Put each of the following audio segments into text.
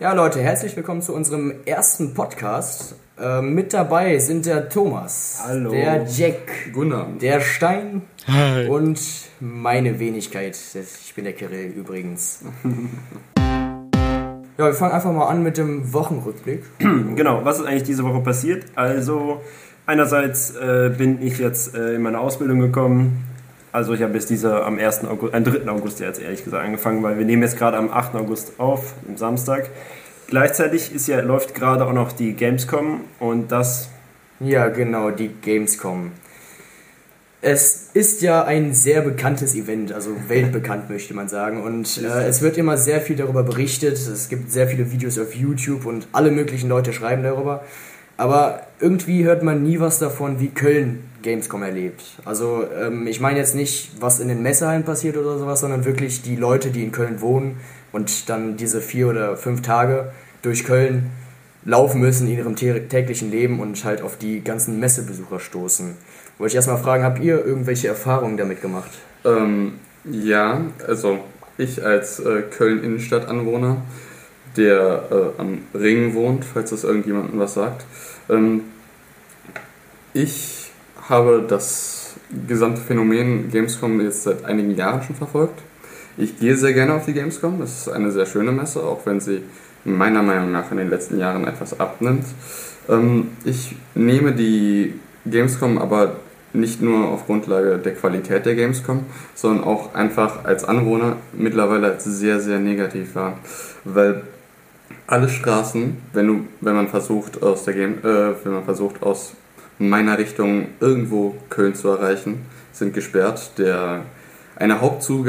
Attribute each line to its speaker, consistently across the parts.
Speaker 1: Ja, Leute, herzlich willkommen zu unserem ersten Podcast. Mit dabei sind der Thomas,
Speaker 2: Hallo.
Speaker 1: Der Jack,
Speaker 2: Gunnar,
Speaker 1: der Stein
Speaker 3: Hi.
Speaker 1: und meine Wenigkeit. Ich bin der Kirill übrigens. Ja, wir fangen einfach mal an mit dem Wochenrückblick.
Speaker 2: Genau, was ist eigentlich diese Woche passiert? Also, einerseits bin ich jetzt in meine Ausbildung gekommen. Also ich habe jetzt am 3. August jetzt ehrlich gesagt angefangen, weil wir nehmen jetzt gerade am 8. August auf, am Samstag. Gleichzeitig läuft gerade auch noch die Gamescom und das...
Speaker 1: Ja, genau, die Gamescom. Es ist ja ein sehr bekanntes Event, also weltbekannt möchte man sagen. Und es wird immer sehr viel darüber berichtet. Es gibt sehr viele Videos auf YouTube und alle möglichen Leute schreiben darüber. Aber irgendwie hört man nie was davon, wie Köln Gamescom erlebt. Also ich meine jetzt nicht, was in den Messehallen passiert oder sowas, sondern wirklich die Leute, die in Köln wohnen und dann diese 4 oder 5 Tage durch Köln laufen müssen in ihrem täglichen Leben und halt auf die ganzen Messebesucher stoßen. Wollte ich erstmal fragen, habt ihr irgendwelche Erfahrungen damit gemacht?
Speaker 3: Ja, also ich als Köln-Innenstadt-Anwohner, der am Ring wohnt, falls das irgendjemandem was sagt. Ich habe das gesamte Phänomen Gamescom jetzt seit einigen Jahren schon verfolgt. Ich gehe sehr gerne auf die Gamescom, das ist eine sehr schöne Messe, auch wenn sie meiner Meinung nach in den letzten Jahren etwas abnimmt. Ich nehme die Gamescom aber nicht nur auf Grundlage der Qualität der Gamescom, sondern auch einfach als Anwohner mittlerweile als sehr, sehr negativ wahr. Weil alle Straßen, wenn man versucht aus meiner Richtung irgendwo Köln zu erreichen, sind gesperrt. Eine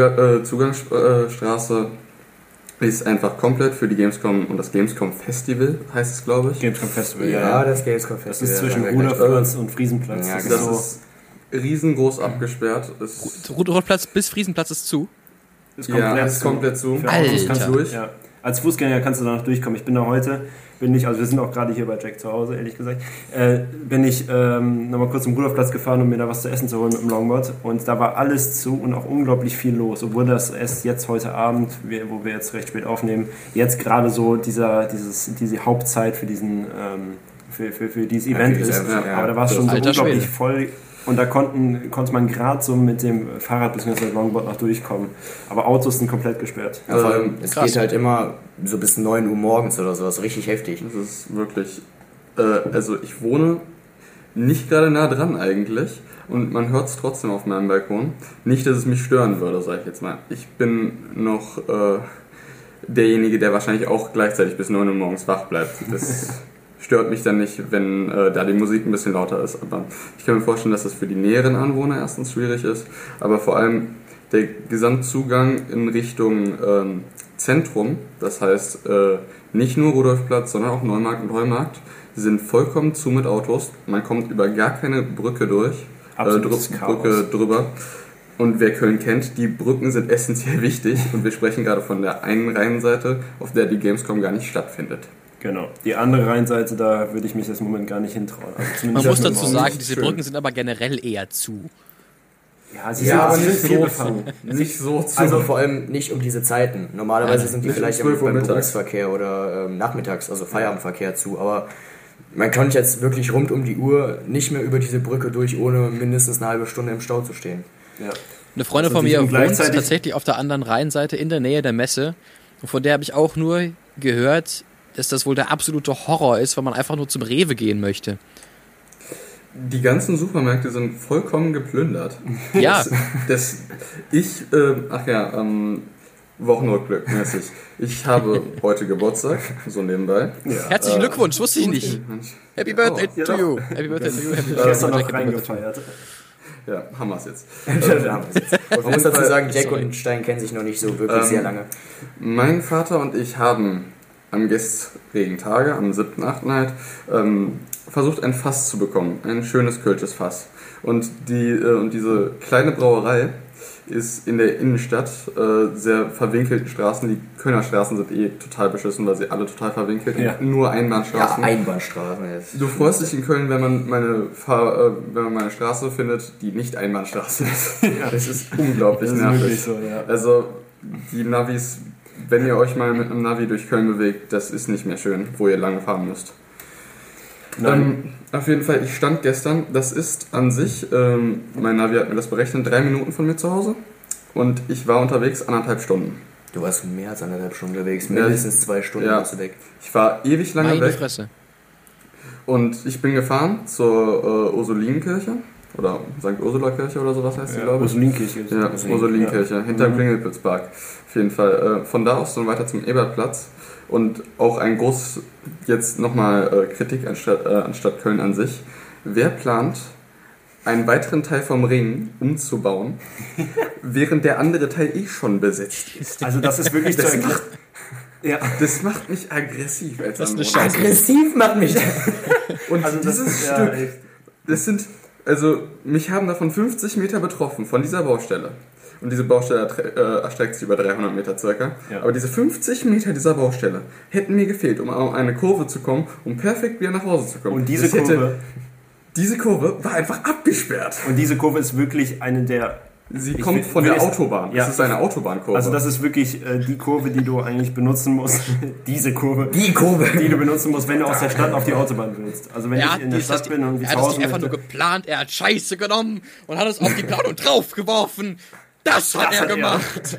Speaker 3: Hauptzugangsstraße ist einfach komplett für die Gamescom und das Gamescom Festival, heißt es, glaube ich.
Speaker 2: Gamescom Festival,
Speaker 1: Ja, das Gamescom Festival.
Speaker 2: Das ist zwischen Rudolfplatz und Friesenplatz.
Speaker 1: Ja,
Speaker 3: Das ist riesengroß abgesperrt.
Speaker 4: Rudolfplatz bis Friesenplatz ist zu.
Speaker 2: Ist
Speaker 3: komplett zu.
Speaker 2: Für Autos kannst du
Speaker 3: durch.
Speaker 2: Ja. Als Fußgänger kannst du da noch durchkommen. Ich bin da heute, also wir sind auch gerade hier bei Jack zu Hause, ehrlich gesagt, bin ich nochmal kurz zum Rudolfplatz gefahren, um mir da was zu essen zu holen mit dem Longboard. Und da war alles zu und auch unglaublich viel los. Obwohl das erst jetzt heute Abend, wo wir jetzt recht spät aufnehmen, jetzt gerade so diese Hauptzeit für diesen für dieses Event ist.
Speaker 1: Ja.
Speaker 2: Aber da war es schon so
Speaker 4: Alter
Speaker 2: unglaublich
Speaker 4: Schwede.
Speaker 2: voll. Und da konnte man gerade so mit dem Fahrrad bzw. Longboard noch durchkommen. Aber Autos sind komplett gesperrt.
Speaker 1: Ja, vor allem, es
Speaker 4: krass.
Speaker 1: geht halt immer so bis 9 Uhr morgens oder sowas, richtig heftig.
Speaker 3: Das ist wirklich... also ich wohne nicht gerade nah dran eigentlich und man hört es trotzdem auf meinem Balkon. Nicht, dass es mich stören würde, sage ich jetzt mal. Ich bin noch derjenige, der wahrscheinlich auch gleichzeitig bis 9 Uhr morgens wach bleibt. Das stört mich dann nicht, wenn da die Musik ein bisschen lauter ist. Aber ich kann mir vorstellen, dass das für die näheren Anwohner erstens schwierig ist, aber vor allem der Gesamtzugang in Richtung Zentrum, das heißt nicht nur Rudolfplatz, sondern auch Neumarkt und Heumarkt, sind vollkommen zu mit Autos. Man kommt über gar keine Brücke durch, Brücke drüber. Und wer Köln kennt, die Brücken sind essentiell wichtig und wir sprechen gerade von der einen Rheinseite, auf der die Gamescom gar nicht stattfindet.
Speaker 2: Genau. Die andere Rheinseite, da würde ich mich jetzt im Moment gar nicht hintrauen. Also
Speaker 4: Man muss dazu
Speaker 2: morgens.
Speaker 4: sagen, diese Brücken sind aber generell eher zu.
Speaker 2: Ja, sie
Speaker 1: Ja, aber
Speaker 2: sind
Speaker 1: nicht
Speaker 2: viel
Speaker 1: so
Speaker 2: befahren.
Speaker 3: Nicht so zu.
Speaker 1: Also vor allem nicht um diese Zeiten. Normalerweise sind die
Speaker 3: nicht
Speaker 1: vielleicht
Speaker 3: um 12 Uhr
Speaker 1: beim
Speaker 3: mittags.
Speaker 1: Berufsverkehr oder nachmittags, also Feierabendverkehr zu. Aber man kann jetzt wirklich rund um die Uhr nicht mehr über diese Brücke durch, ohne mindestens eine halbe Stunde im Stau zu stehen.
Speaker 2: Ja.
Speaker 4: Eine Freundin
Speaker 2: Also
Speaker 4: von
Speaker 2: die
Speaker 4: mir
Speaker 2: sind
Speaker 4: wohnt
Speaker 2: gleichzeitig-
Speaker 4: tatsächlich auf der anderen Rheinseite in der Nähe der Messe. Und von der habe ich auch nur gehört, dass das wohl der absolute Horror ist, wenn man einfach nur zum Rewe gehen möchte.
Speaker 3: Die ganzen Supermärkte sind vollkommen geplündert.
Speaker 4: Ja.
Speaker 3: Wochenrückblick mäßig. Ich habe heute Geburtstag, so nebenbei.
Speaker 4: Herzlichen Glückwunsch, wusste ich nicht. Happy Birthday
Speaker 3: Ja,
Speaker 4: to you. Happy Birthday to you. Happy
Speaker 2: Gestern
Speaker 4: Birthday
Speaker 2: noch
Speaker 4: to you.
Speaker 2: reingefeiert.
Speaker 3: Ja, haben wir es jetzt.
Speaker 1: Man muss dazu sagen, Jack
Speaker 4: Sorry.
Speaker 1: und Stein kennen sich noch nicht so wirklich sehr lange.
Speaker 3: Mein Vater und ich haben am gestrigen Tage, am 7.8. halt, versucht ein Fass zu bekommen. Ein schönes kölsches Fass. Und diese kleine Brauerei ist in der Innenstadt sehr verwinkelten Straßen. Die Kölner Straßen sind total beschissen, weil sie alle total verwinkelt sind.
Speaker 2: Ja.
Speaker 3: Nur
Speaker 1: Ja,
Speaker 3: Einbahnstraßen.
Speaker 1: Einbahnstraßen jetzt.
Speaker 3: Du freust dich in Köln, wenn man meine Straße findet, die nicht Einbahnstraße ist. Das ist unglaublich
Speaker 2: Das ist
Speaker 3: nervig.
Speaker 2: wirklich so, ja.
Speaker 3: Also die Navis wenn ihr euch mal mit einem Navi durch Köln bewegt, das ist nicht mehr schön, wo ihr lange fahren müsst. Auf jeden Fall, ich stand gestern, das ist an sich, mein Navi hat mir das berechnet, 3 Minuten von mir zu Hause und ich war unterwegs 1,5 Stunden.
Speaker 1: Du warst mehr als 1,5 Stunden unterwegs, mindestens 2 Stunden warst du weg.
Speaker 3: Ich war ewig lange
Speaker 4: Meine
Speaker 3: weg.
Speaker 4: Fresse.
Speaker 3: Und ich bin gefahren zur Ursulinenkirche oder St. Ursula Kirche oder sowas heißt sie, glaube ich.
Speaker 2: Ursulinenkirche.
Speaker 3: Ja, Ursulinenkirche, hinter dem Klingelpitzpark. Auf jeden Fall. Von da aus dann weiter zum Ebertplatz. Und auch ein großes, jetzt nochmal Kritik anstatt Köln an sich. Wer plant, einen weiteren Teil vom Ring umzubauen, während der andere Teil schon besetzt ist?
Speaker 2: Also das ist wirklich zu erklären.
Speaker 3: Ja, das macht mich aggressiv als
Speaker 4: Das ist eine
Speaker 3: Anwohner.
Speaker 4: Scheiße.
Speaker 1: Aggressiv macht mich das.
Speaker 3: Und
Speaker 2: Also
Speaker 3: dieses
Speaker 2: ja,
Speaker 3: Stück,
Speaker 2: echt.
Speaker 3: das sind, also mich haben davon 50 Meter betroffen, von dieser Baustelle. Und diese Baustelle erstreckt sich über 300 Meter circa.
Speaker 2: Ja.
Speaker 3: Aber diese 50 Meter dieser Baustelle hätten mir gefehlt, um auf eine Kurve zu kommen, um perfekt wieder nach Hause zu kommen.
Speaker 2: Und diese
Speaker 3: Kurve war einfach abgesperrt.
Speaker 2: Und diese Kurve ist wirklich eine der...
Speaker 3: Sie kommt von der Autobahn.
Speaker 2: Ja.
Speaker 3: Es ist eine Autobahnkurve.
Speaker 2: Also das ist wirklich die Kurve, die du eigentlich benutzen musst. Diese Kurve.
Speaker 1: Die Kurve.
Speaker 2: Die du benutzen musst, wenn du aus der Stadt auf die Autobahn willst. Also wenn ich in der Stadt bin und
Speaker 4: er
Speaker 2: wie
Speaker 4: hat
Speaker 2: zu
Speaker 4: es
Speaker 2: Hause
Speaker 4: nicht einfach nur
Speaker 2: möchte.
Speaker 4: geplant, er hat Scheiße genommen und hat es auf die Planung draufgeworfen. Das hat er gemacht.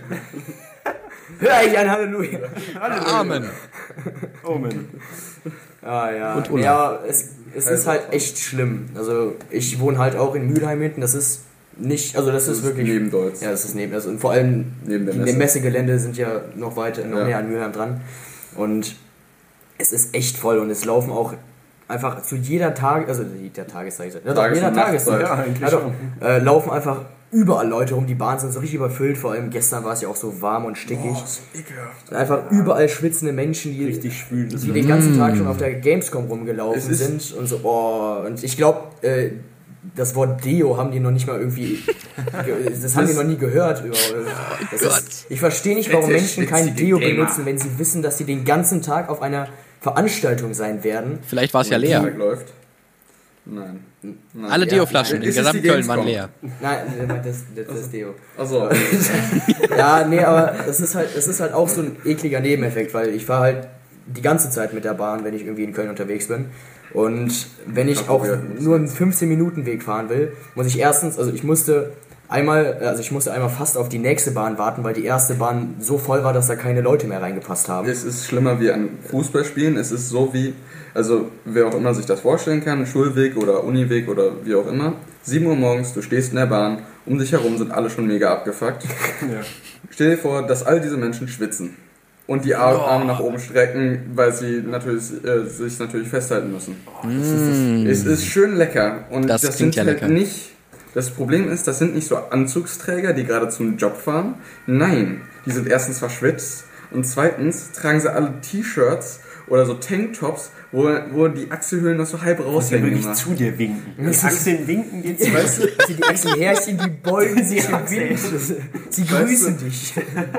Speaker 1: Hör ich an, Halleluja.
Speaker 4: Amen.
Speaker 2: Amen.
Speaker 1: Ah ja.
Speaker 4: Und Ulla.
Speaker 1: Ja, es ist halt echt schlimm. Also ich wohne halt auch in Mülheim hinten, das ist nicht, also das ist wirklich...
Speaker 3: neben Deutz.
Speaker 1: Ja, das ist neben, also und vor allem
Speaker 3: Neben der
Speaker 1: die
Speaker 3: Messe.
Speaker 1: Messegelände sind ja noch weiter, noch
Speaker 3: Ja.
Speaker 1: näher an Mülheim dran. Und es ist echt voll und es laufen auch einfach zu jeder jeder Tageszeit, ja, doch,
Speaker 3: Tages-
Speaker 1: jeder
Speaker 3: und
Speaker 1: Tageszeit,
Speaker 2: Ja, eigentlich
Speaker 1: ja, doch,
Speaker 2: schon.
Speaker 1: laufen einfach überall Leute rum, die Bahnen sind so richtig überfüllt, vor allem gestern war es ja auch so warm und stickig.
Speaker 3: Ekelhaft.
Speaker 1: Einfach überall schwitzende Menschen, die
Speaker 2: Richtig schwül. Das
Speaker 1: die
Speaker 2: ist
Speaker 1: den ganzen Tag schon auf der Gamescom
Speaker 3: Es
Speaker 1: rumgelaufen
Speaker 3: ist-
Speaker 1: sind und so, und ich glaube, das Wort Deo haben die noch nicht mal irgendwie, das haben die noch nie gehört. Ich verstehe nicht, warum Menschen kein
Speaker 3: schwitzige
Speaker 1: Deo
Speaker 3: Gamer.
Speaker 1: benutzen, wenn sie wissen, dass sie den ganzen Tag auf einer Veranstaltung sein werden.
Speaker 4: Vielleicht war es ja
Speaker 3: Wenn
Speaker 4: leer.
Speaker 3: Tag läuft. Nein. Nein.
Speaker 4: Alle
Speaker 1: Ja,
Speaker 4: Deo-Flaschen
Speaker 3: nein.
Speaker 4: in
Speaker 3: Es ist die
Speaker 4: Gesamtköln waren
Speaker 3: Gamescom.
Speaker 4: leer.
Speaker 1: Nein, das ist Deo.
Speaker 3: Achso.
Speaker 1: Ja, nee, aber das ist halt auch so ein ekliger Nebeneffekt, weil ich fahre halt die ganze Zeit mit der Bahn, wenn ich irgendwie in Köln unterwegs bin. Und wenn ich auch nur einen 15-Minuten-Weg fahren will, muss ich erstens, ich musste einmal fast auf die nächste Bahn warten, weil die erste Bahn so voll war, dass da keine Leute mehr reingepasst haben.
Speaker 3: Es ist schlimmer wie an Fußballspielen. Es ist so wie, also wer auch immer sich das vorstellen kann, Schulweg oder Uniweg oder wie auch immer. 7 Uhr morgens, du stehst in der Bahn, um dich herum sind alle schon mega abgefuckt.
Speaker 2: Ja.
Speaker 3: Stell dir vor, dass all diese Menschen schwitzen und die Arme nach oben strecken, weil sie sich natürlich festhalten müssen. Es ist schön lecker und
Speaker 4: Das
Speaker 3: das
Speaker 4: klingt
Speaker 3: sind
Speaker 4: ja
Speaker 3: halt
Speaker 4: lecker.
Speaker 3: nicht. Das Problem ist, das sind nicht so Anzugsträger, die gerade zum Job fahren. Nein, die sind erstens verschwitzt und zweitens tragen sie alle T-Shirts oder so Tanktops, wo die Achselhöhlen noch so halb
Speaker 2: Sie
Speaker 3: raushängen.
Speaker 2: wirklich
Speaker 3: immer.
Speaker 2: zu dir winken. Die Achseln winken dir zu.
Speaker 1: Weißt du, die Achselhärchen, die beugen sich im Wind. Sie grüßen dich.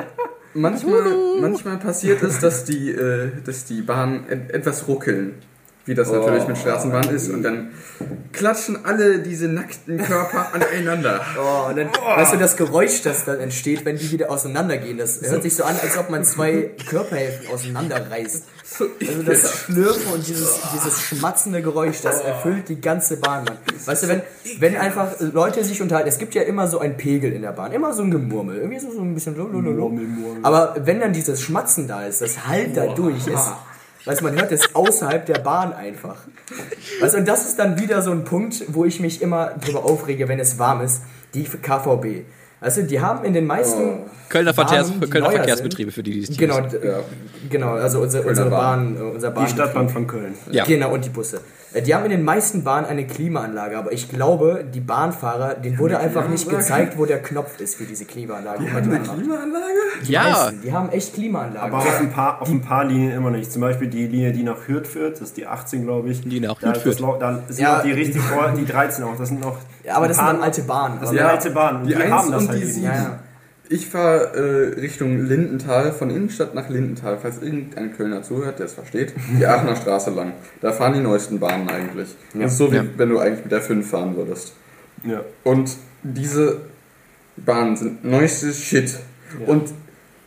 Speaker 3: Manchmal passiert es, dass die Bahnen etwas ruckeln, wie das natürlich mit Straßenbahnen ist, und dann klatschen alle diese nackten Körper aneinander.
Speaker 1: Und dann, weißt du, das Geräusch, das dann entsteht, wenn die wieder auseinandergehen, das hört sich so an, als ob man 2 Körperhälften auseinanderreißt. Also das Schlürfen und dieses schmatzende Geräusch, das erfüllt die ganze Bahn, Mann. Weißt du, wenn einfach Leute sich unterhalten, es gibt ja immer so einen Pegel in der Bahn, immer so ein Gemurmel, irgendwie so ein bisschen aber wenn dann dieses Schmatzen da ist, das halt da durch ist, weißt du, man hört es außerhalb der Bahn einfach. Weißt du, und das ist dann wieder so ein Punkt, wo ich mich immer drüber aufrege, wenn es warm ist, die KVB. Also die haben in den meisten
Speaker 4: Kölner
Speaker 1: Bahnen, die neuer
Speaker 4: Verkehrsbetriebe, für die es nicht
Speaker 1: Genau,
Speaker 4: wissen.
Speaker 1: genau, also unsere
Speaker 3: Kölner
Speaker 1: Bahn, unser
Speaker 2: Die
Speaker 1: Bahn.
Speaker 2: Stadtbahn von Köln.
Speaker 4: Ja.
Speaker 1: Genau, und die Busse. Die haben in den meisten Bahnen eine Klimaanlage, aber ich glaube, die Bahnfahrer, denen wurde einfach nicht gezeigt, wo der Knopf ist für diese Klimaanlage.
Speaker 3: Klimaanlage?
Speaker 4: Ja,
Speaker 1: Die haben echt Klimaanlagen.
Speaker 2: Aber auf ein paar Linien immer nicht. Zum Beispiel die Linie, die nach Hürth führt, das ist die 18, glaube ich.
Speaker 4: Die nach
Speaker 2: Da-
Speaker 4: Hürth führt.
Speaker 2: Da sind
Speaker 1: Ja.
Speaker 2: auch die richtig vor, die 13 auch. Das sind noch.
Speaker 1: Ja, aber das sind
Speaker 2: ein
Speaker 1: dann
Speaker 2: paar-
Speaker 1: alte Bahnen.
Speaker 2: Das sind
Speaker 3: Ja,
Speaker 2: alte Bahnen.
Speaker 3: die
Speaker 2: Die
Speaker 3: 1
Speaker 2: haben das
Speaker 3: und
Speaker 2: halt
Speaker 3: die
Speaker 2: eben.
Speaker 3: 7.
Speaker 1: Ja.
Speaker 3: Ich fahre Richtung Lindenthal, von Innenstadt nach Lindenthal, falls irgendein Kölner zuhört, der es versteht, die Aachener Straße lang. Da fahren die neuesten Bahnen eigentlich. Das ist so, wie
Speaker 4: Ja.
Speaker 3: wenn du eigentlich mit der 5 fahren würdest.
Speaker 2: Ja.
Speaker 3: Und diese Bahnen sind neuestes Shit.
Speaker 2: Ja.
Speaker 3: Und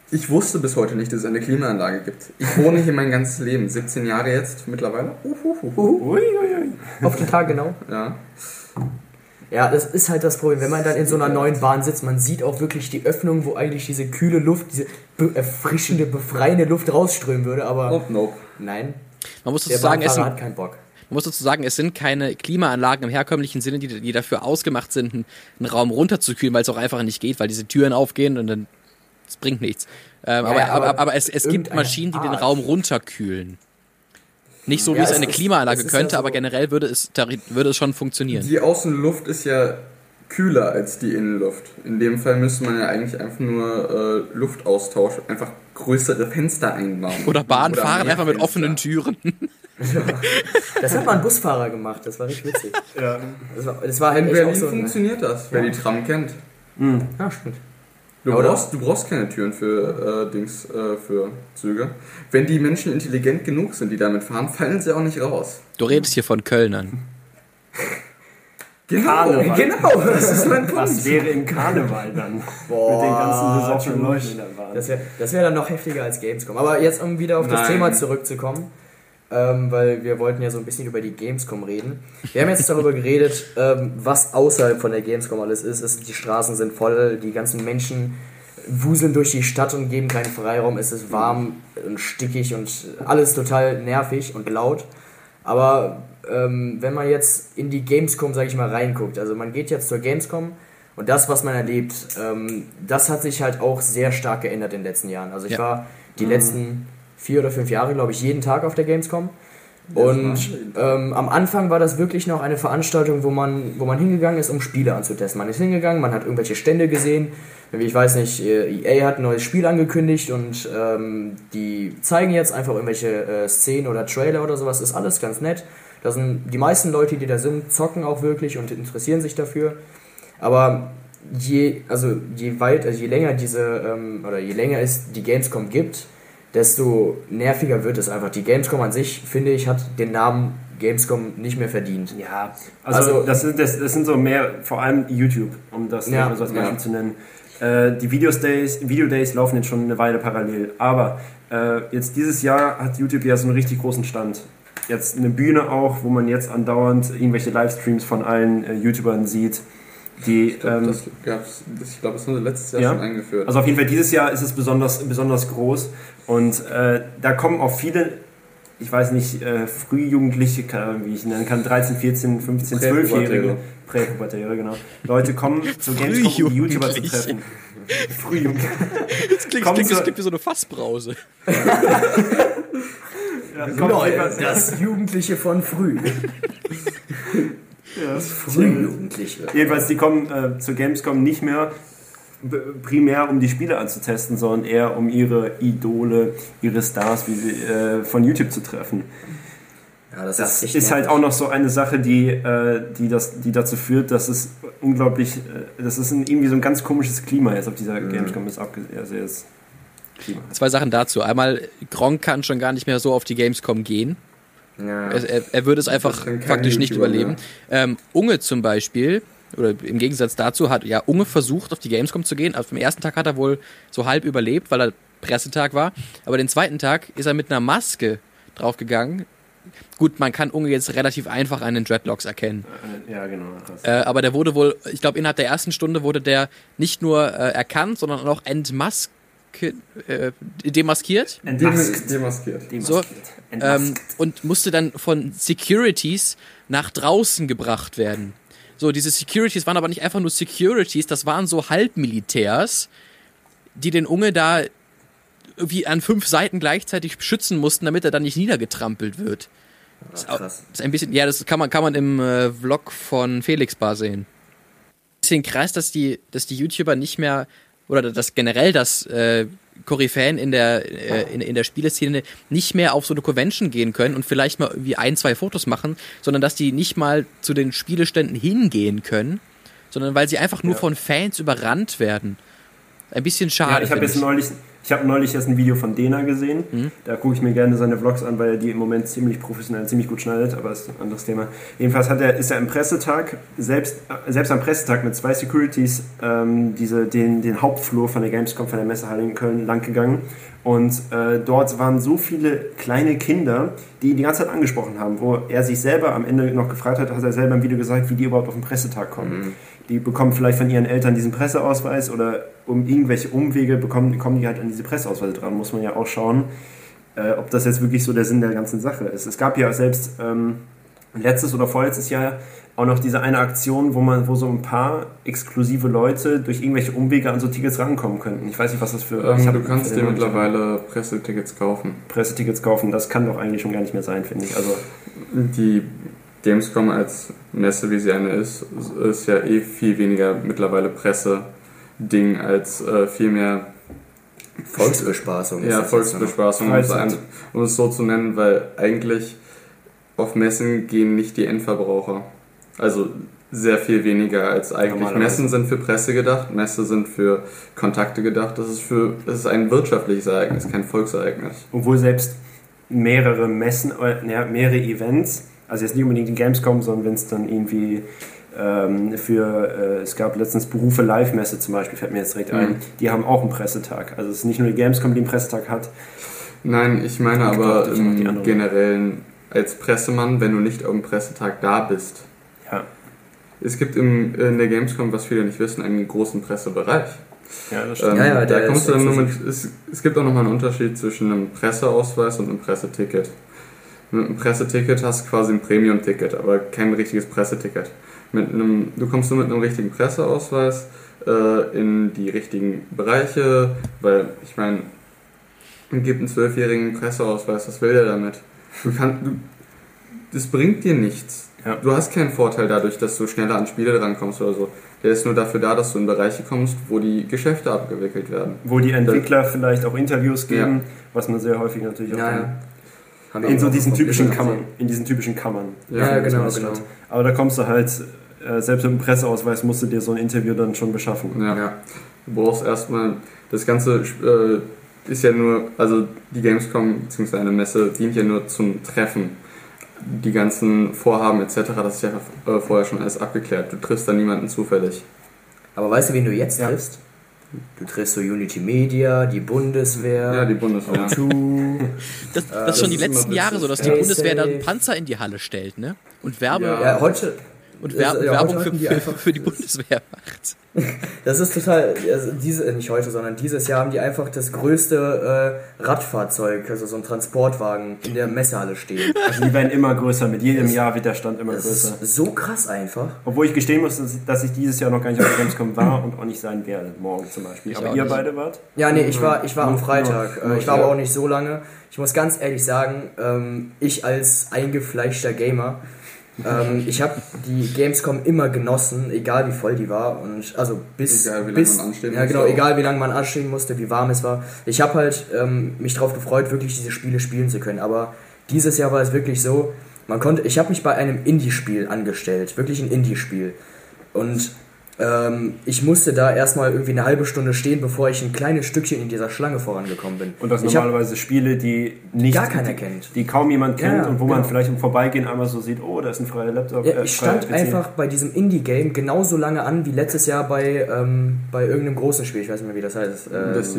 Speaker 3: Ich wusste bis heute nicht, dass es eine Klimaanlage gibt. Ich wohne hier mein ganzes Leben, 17 Jahre jetzt mittlerweile.
Speaker 1: Auf den Tag genau.
Speaker 3: Ja.
Speaker 1: Ja, das ist halt das Problem, wenn man dann in so einer neuen Bahn sitzt, man sieht auch wirklich die Öffnung, wo eigentlich diese kühle Luft, diese erfrischende, befreiende Luft rausströmen würde, aber
Speaker 3: Nope.
Speaker 1: nein,
Speaker 4: Man muss
Speaker 1: der
Speaker 4: dazu sagen,
Speaker 1: Bahnfahrer hat keinen Bock.
Speaker 4: es sind keine Klimaanlagen im herkömmlichen Sinne, die dafür ausgemacht sind, einen Raum runterzukühlen, weil es auch einfach nicht geht, weil diese Türen aufgehen und dann, das bringt nichts. Aber es gibt Maschinen, die den Raum runterkühlen. Nicht so, wie es eine Klimaanlage könnte,
Speaker 1: ja so,
Speaker 4: aber generell würde es schon funktionieren.
Speaker 3: Die Außenluft ist ja kühler als die Innenluft. In dem Fall müsste man ja eigentlich einfach nur Luftaustausch, einfach größere Fenster einbauen.
Speaker 4: Oder Bahn fahren
Speaker 3: mehr
Speaker 4: einfach mit
Speaker 3: Fenster.
Speaker 4: offenen Türen.
Speaker 1: Das hat mal ein Busfahrer gemacht, das war nicht witzig.
Speaker 2: Ja.
Speaker 1: Das war halt
Speaker 3: In
Speaker 1: echt auch
Speaker 3: Berlin
Speaker 1: so
Speaker 3: funktioniert das, wer die Tram kennt.
Speaker 1: Ja, stimmt.
Speaker 3: Du
Speaker 1: Oder?
Speaker 3: brauchst keine Türen für für Züge. Wenn die Menschen intelligent genug sind, die damit fahren, fallen sie auch nicht raus.
Speaker 4: Du redest hier von Kölnern.
Speaker 2: Karneval.
Speaker 1: Genau, das ist mein Punkt.
Speaker 2: Was wäre im Karneval dann?
Speaker 1: Boah,
Speaker 2: Mit den ganzen besauschenden
Speaker 1: tschüss.
Speaker 2: Leuten in der Bahn.
Speaker 1: Das wär dann noch heftiger als Gamescom. Aber jetzt, um wieder auf das
Speaker 3: Nein.
Speaker 1: Thema zurückzukommen, weil wir wollten ja so ein bisschen über die Gamescom reden. Wir haben jetzt darüber geredet, was außerhalb von der Gamescom alles ist. Die Straßen sind voll, die ganzen Menschen wuseln durch die Stadt und geben keinen Freiraum. Es ist warm und stickig und alles total nervig und laut. Aber wenn man jetzt in die Gamescom, sage ich mal, reinguckt, also man geht jetzt zur Gamescom und das, was man erlebt, das hat sich halt auch sehr stark geändert in den letzten Jahren. Also ich war die letzten 4 oder 5 Jahre, glaube ich, jeden Tag auf der Gamescom. Und am Anfang war das wirklich noch eine Veranstaltung, wo man hingegangen ist, um Spiele anzutesten. Man ist hingegangen, man hat irgendwelche Stände gesehen. Ich weiß nicht, EA hat ein neues Spiel angekündigt und die zeigen jetzt einfach irgendwelche Szenen oder Trailer oder sowas. Das ist alles ganz nett. Das sind die meisten Leute, die da sind, zocken auch wirklich und interessieren sich dafür. Aber je länger es die Gamescom gibt, desto nerviger wird es einfach. Die Gamescom an sich, finde ich, hat den Namen Gamescom nicht mehr verdient.
Speaker 2: Ja, also das sind so mehr, vor allem YouTube, um das so als Beispiel zu nennen. Die Video Days laufen jetzt schon eine Weile parallel, aber jetzt dieses Jahr hat YouTube ja so einen richtig großen Stand. Jetzt eine Bühne auch, wo man jetzt andauernd irgendwelche Livestreams von allen YouTubern sieht. Ich glaube, das wurde letztes Jahr schon eingeführt. Also auf jeden Fall dieses Jahr ist es besonders groß und da kommen auch viele, ich weiß nicht, Frühjugendliche, wie ich nennen kann, 13, 14, 15, 12-Jährige, Präpubertäre, genau. Leute kommen zur Gamescom, um die YouTuber zu treffen. Frühjugendliche.
Speaker 4: Das klingt wie so eine Fassbrause.
Speaker 1: Das Jugendliche von früh.
Speaker 2: Ja.
Speaker 1: Frühjugendliche.
Speaker 2: Jedenfalls, die kommen zur Gamescom nicht mehr primär, um die Spiele anzutesten, sondern eher um ihre Idole, ihre Stars von YouTube zu treffen. Ja, das ist halt auch noch so eine Sache, die dazu führt, dass es unglaublich, das ist irgendwie so ein ganz komisches Klima jetzt auf dieser Gamescom ist jetzt Klima. 2 Sachen dazu. Einmal, Gronkh kann schon gar nicht mehr so auf die Gamescom gehen. Ja. Er würde es einfach faktisch nicht überleben. Unge zum Beispiel, oder im Gegensatz dazu, hat ja Unge versucht, auf die Gamescom zu gehen. Also am ersten Tag hat er wohl so halb überlebt, weil er Pressetag war. Aber den zweiten Tag ist er mit einer Maske draufgegangen. Gut, man kann Unge jetzt relativ einfach an den Dreadlocks erkennen. Ja, genau. Aber der wurde wohl, ich glaube, innerhalb der ersten Stunde wurde der nicht nur erkannt, sondern auch demaskiert.
Speaker 3: Demaskiert.
Speaker 4: So, und musste dann von Securities nach draußen gebracht werden. So, diese Securities waren aber nicht einfach nur Securities, das waren so Halbmilitärs, die den Unge da irgendwie an 5 Seiten gleichzeitig schützen mussten, damit er dann nicht niedergetrampelt wird. Das ist ein bisschen, ja, das kann man im Vlog von Felix Bar sehen. Ein bisschen krass, dass die YouTuber nicht mehr, oder dass generell das Koryphäen in der Spieleszene nicht mehr auf so eine Convention gehen können und vielleicht mal irgendwie 1, 2 Fotos machen, sondern dass die nicht mal zu den Spieleständen hingehen können, sondern weil sie einfach nur von Fans überrannt werden. Ein bisschen schade.
Speaker 2: Ja, ich habe Ich habe neulich erst ein Video von Dena gesehen. Da gucke ich mir gerne seine Vlogs an, weil er die im Moment ziemlich professionell, ziemlich gut schneidet, aber das ist ein anderes Thema. Jedenfalls ist er im Pressetag, selbst am Pressetag mit 2 Securities den Hauptflur von der Gamescom, von der Messehalle in Köln lang gegangen. Und dort waren so viele kleine Kinder, die ihn die ganze Zeit angesprochen haben, wo er sich selber am Ende noch gefragt hat er selber im Video gesagt, wie die überhaupt auf den Pressetag kommen. Die bekommen vielleicht von ihren Eltern diesen Presseausweis oder um irgendwelche Umwege kommen die halt an diese Presseausweise dran. Muss man ja auch schauen, ob das jetzt wirklich so der Sinn der ganzen Sache ist. Es gab ja selbst letztes oder vorletztes Jahr auch noch diese eine Aktion, wo so ein paar exklusive Leute durch irgendwelche Umwege an so Tickets rankommen könnten. Ich weiß nicht, was das für...
Speaker 3: du kannst dir mittlerweile Pressetickets kaufen.
Speaker 2: Pressetickets kaufen, das kann doch eigentlich schon gar nicht mehr sein, finde ich. Also
Speaker 3: die Gamescom als Messe, wie sie eine ist ja viel weniger mittlerweile Presse-Ding als viel mehr
Speaker 1: Volksbespaßung.
Speaker 3: Ja, Volksbespaßung, um es so zu nennen, weil eigentlich auf Messen gehen nicht die Endverbraucher. Also sehr viel weniger als eigentlich. Messen sind für Presse gedacht, Messe sind für Kontakte gedacht. Das ist ein wirtschaftliches Ereignis, kein Volksereignis.
Speaker 2: Obwohl selbst mehrere Messen, mehrere Events, also jetzt nicht unbedingt die Gamescom, sondern wenn es dann irgendwie es gab letztens Berufe Live-Messe zum Beispiel, fällt mir jetzt direkt ein, die haben auch einen Pressetag. Also es ist nicht nur die Gamescom, die einen Pressetag hat.
Speaker 3: Nein, ich meine aber im Generellen als Pressemann, wenn du nicht auf dem Pressetag da bist.
Speaker 2: Ja.
Speaker 3: Es gibt in der Gamescom, was viele nicht wissen, einen großen Pressebereich.
Speaker 2: Ja, das stimmt.
Speaker 3: Da kommst du dann nur es gibt auch nochmal einen Unterschied zwischen einem Presseausweis und einem Presseticket. Mit einem Presseticket hast du quasi ein Premium-Ticket, aber kein richtiges Presseticket. Du kommst nur mit einem richtigen Presseausweis in die richtigen Bereiche, weil ich meine, gibt einen 12-jährigen Presseausweis, was will der damit? Das bringt dir nichts. Ja. Du hast keinen Vorteil dadurch, dass du schneller an Spiele drankommst oder so. Der ist nur dafür da, dass du in Bereiche kommst, wo die Geschäfte abgewickelt werden.
Speaker 2: Wo die Entwickler vielleicht auch Interviews geben, was man sehr häufig natürlich auch in so diesen typischen Kammern. In diesen typischen Kammern.
Speaker 1: Ja, genau.
Speaker 2: Aber da kommst du halt, selbst mit dem Presseausweis musst du dir so ein Interview dann schon beschaffen.
Speaker 3: Ja. Du brauchst erstmal, das Ganze ist ja nur, also die Gamescom bzw. eine Messe dient ja nur zum Treffen. Die ganzen Vorhaben etc., das ist ja vorher schon alles abgeklärt. Du triffst da niemanden zufällig.
Speaker 1: Aber weißt du, wen du jetzt triffst? Du triffst so Unity Media, die Bundeswehr.
Speaker 3: Ja, die Bundeswehr.
Speaker 1: O2.
Speaker 4: Das ist schon die letzten Jahre so, dass die Bundeswehr dann Panzer in die Halle stellt, ne? Und
Speaker 1: heute...
Speaker 4: Werbung für die Bundeswehr macht.
Speaker 1: Das ist total, also nicht heute, sondern dieses Jahr haben die einfach das größte Radfahrzeug, also so ein Transportwagen in der Messehalle stehen.
Speaker 2: Also die werden immer größer, mit jedem Jahr wird der Stand immer größer.
Speaker 1: Das ist so krass einfach.
Speaker 2: Obwohl ich gestehen muss, dass ich dieses Jahr noch gar nicht auf der Gamescom war und auch nicht sein werde, morgen zum Beispiel. Aber ihr beide wart?
Speaker 1: Ja, nee, ich war am Freitag. Ich war aber auch nicht so lange. Ich muss ganz ehrlich sagen, ich als eingefleischter Gamer, ich habe die Gamescom immer genossen, egal wie voll die war und also egal wie lange man anstehen musste, wie warm es war. Ich habe halt mich darauf gefreut, wirklich diese Spiele spielen zu können. Aber dieses Jahr war es wirklich so, ich habe mich bei einem Indie-Spiel angestellt, wirklich ein Indie-Spiel und ich musste da erstmal irgendwie eine halbe Stunde stehen, bevor ich ein kleines Stückchen in dieser Schlange vorangekommen bin.
Speaker 2: Und das normalerweise Spiele, die
Speaker 1: gar keiner kennt.
Speaker 2: Die kaum jemand kennt und wo man vielleicht im Vorbeigehen einmal so sieht, oh, da ist ein freier Laptop.
Speaker 1: Ja, ich stand einfach bei diesem Indie-Game genauso lange an wie letztes Jahr bei irgendeinem großen Spiel. Ich weiß nicht mehr, wie das heißt.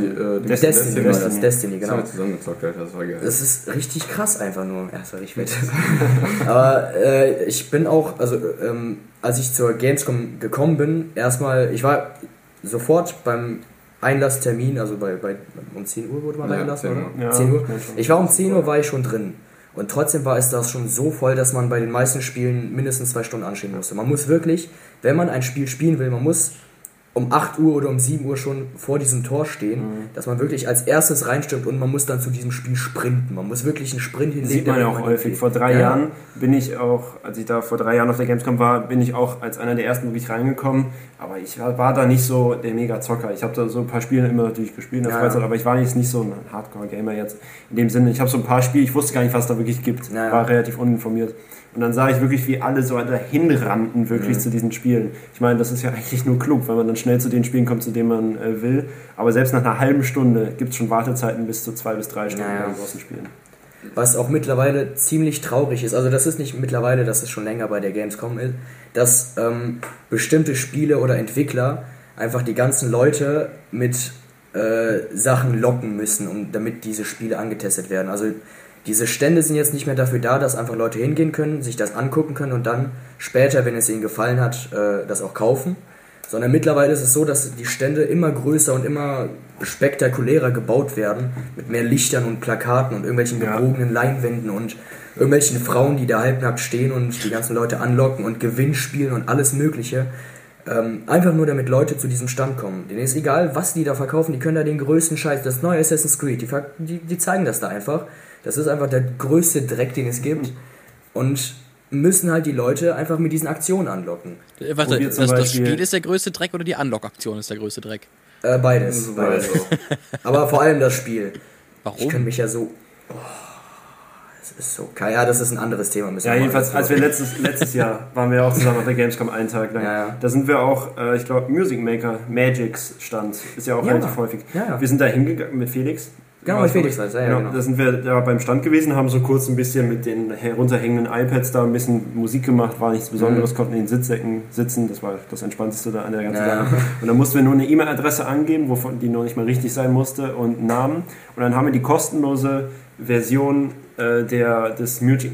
Speaker 1: Destiny, genau.
Speaker 3: Das zusammengezockt, das war geil.
Speaker 1: Das ist richtig krass einfach nur. Ja, das war richtig fett. Aber ich bin auch, als ich zur Gamescom gekommen bin, ich war sofort beim Einlasstermin, also um 10 Uhr wurde man eingelassen, oder?
Speaker 2: Ja,
Speaker 1: 10 Uhr. Ich war um 10 Uhr war ich schon drin. Und trotzdem war es das schon so voll, dass man bei den meisten Spielen mindestens 2 Stunden anstehen musste. Man muss wirklich, wenn man ein Spiel spielen will, man muss um 8 Uhr oder um 7 Uhr schon vor diesem Tor stehen, dass man wirklich als erstes reinstürmt und man muss dann zu diesem Spiel sprinten. Man muss wirklich einen Sprint hinlegen.
Speaker 2: Sieht man ja auch häufig. Vor 3 Jahren bin ich auch, als ich da vor 3 Jahren auf der Gamescom war, bin ich auch als einer der ersten wirklich reingekommen. Aber ich war da nicht so der Mega-Zocker. Ich habe da so ein paar Spiele immer natürlich gespielt in der Freizeit, aber ich war jetzt nicht so ein Hardcore-Gamer jetzt in dem Sinne. Ich habe so ein paar Spiele, ich wusste gar nicht, was es da wirklich gibt. War relativ uninformiert. Und dann sah ich wirklich, wie alle so dahin rannten, wirklich zu diesen Spielen. Ich meine, das ist ja eigentlich nur klug, weil man dann schnell zu den Spielen kommt, zu denen man will. Aber selbst nach einer halben Stunde gibt es schon Wartezeiten bis zu 2 bis 3 Stunden bei großen Spielen.
Speaker 1: Was auch mittlerweile ziemlich traurig ist, also das ist nicht mittlerweile, das ist schon länger bei der Gamescom ist, dass bestimmte Spiele oder Entwickler einfach die ganzen Leute mit Sachen locken müssen, damit diese Spiele angetestet werden. Also diese Stände sind jetzt nicht mehr dafür da, dass einfach Leute hingehen können, sich das angucken können und dann später, wenn es ihnen gefallen hat, das auch kaufen. Sondern mittlerweile ist es so, dass die Stände immer größer und immer spektakulärer gebaut werden, mit mehr Lichtern und Plakaten und irgendwelchen gebogenen Leinwänden und irgendwelchen Frauen, die da halbnackt stehen und die ganzen Leute anlocken und Gewinnspielen und alles Mögliche. Einfach nur, damit Leute zu diesem Stand kommen. Denen ist egal, was die da verkaufen, die können da den größten Scheiß, das neue Assassin's Creed, die zeigen das da einfach. Das ist einfach der größte Dreck, den es gibt. Und müssen halt die Leute einfach mit diesen Aktionen anlocken.
Speaker 4: Warte, das Spiel ist der größte Dreck oder die Unlock-Aktion ist der größte Dreck?
Speaker 1: Beides. Aber vor allem das Spiel.
Speaker 2: Warum?
Speaker 1: Ich könnte mich ja so... das ist so... Ja, das ist ein anderes Thema.
Speaker 2: Ja, jedenfalls, als wir letztes Jahr waren wir auch zusammen auf der Gamescom einen Tag lang. Ja. Da sind wir auch, ich glaube, Music Maker, Magics stand. Ist ja auch relativ häufig. Ja. Wir sind da hingegangen mit Felix.
Speaker 1: Genau, mit Felix. Genau.
Speaker 2: Da sind wir da beim Stand gewesen, haben so kurz ein bisschen mit den herunterhängenden iPads da ein bisschen Musik gemacht, war nichts Besonderes, konnten in den Sitzsäcken sitzen, das war das Entspannteste da an der ganzen Sache. Und dann mussten wir nur eine E-Mail-Adresse angeben, wovon die noch nicht mal richtig sein musste und einen Namen. Und dann haben wir die kostenlose Version des Music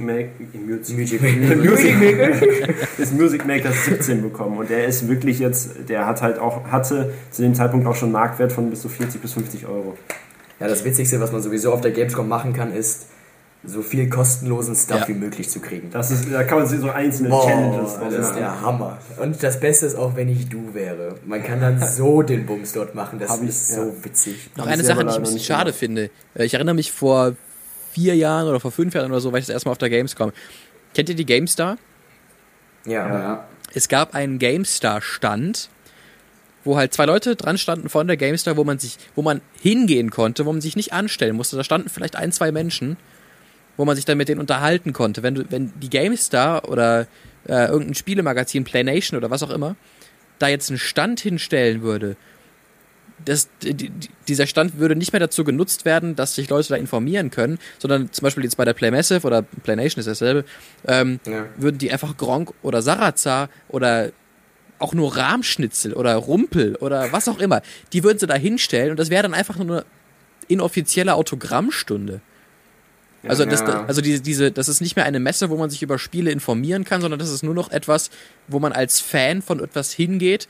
Speaker 2: Maker 17 bekommen. Und der ist wirklich jetzt, der hatte zu dem Zeitpunkt auch schon einen Marktwert von bis zu 40 bis 50 Euro.
Speaker 1: Ja, das Witzigste, was man sowieso auf der Gamescom machen kann, ist, so viel kostenlosen Stuff wie möglich zu kriegen.
Speaker 2: Da kann man sich so einzelne Challenges draus machen.
Speaker 1: Das ist der Hammer. Und das Beste ist auch, wenn ich du wäre. Man kann dann so den Bums dort machen, das ist so witzig.
Speaker 4: Noch eine Sache, die ich ein bisschen schade finde. Ich erinnere mich vor 4 Jahren oder vor 5 Jahren oder so, war ich das erste Mal auf der Gamescom. Kennt ihr die GameStar?
Speaker 1: Ja.
Speaker 4: Es gab einen GameStar-Stand, wo halt 2 Leute dran standen von der GameStar, wo man hingehen konnte, wo man sich nicht anstellen musste. Da standen vielleicht 1, 2 Menschen, wo man sich dann mit denen unterhalten konnte. Wenn die GameStar oder irgendein Spielemagazin, PlayNation oder was auch immer, da jetzt einen Stand hinstellen würde, dieser Stand würde nicht mehr dazu genutzt werden, dass sich Leute da informieren können, sondern zum Beispiel jetzt bei der Playmassive oder PlayNation ist dasselbe, würden die einfach Gronkh oder Sarazar oder auch nur Rahmschnitzel oder Rumpel oder was auch immer, die würden sie da hinstellen und das wäre dann einfach nur eine inoffizielle Autogrammstunde. Also das ist nicht mehr eine Messe, wo man sich über Spiele informieren kann, sondern das ist nur noch etwas, wo man als Fan von etwas hingeht,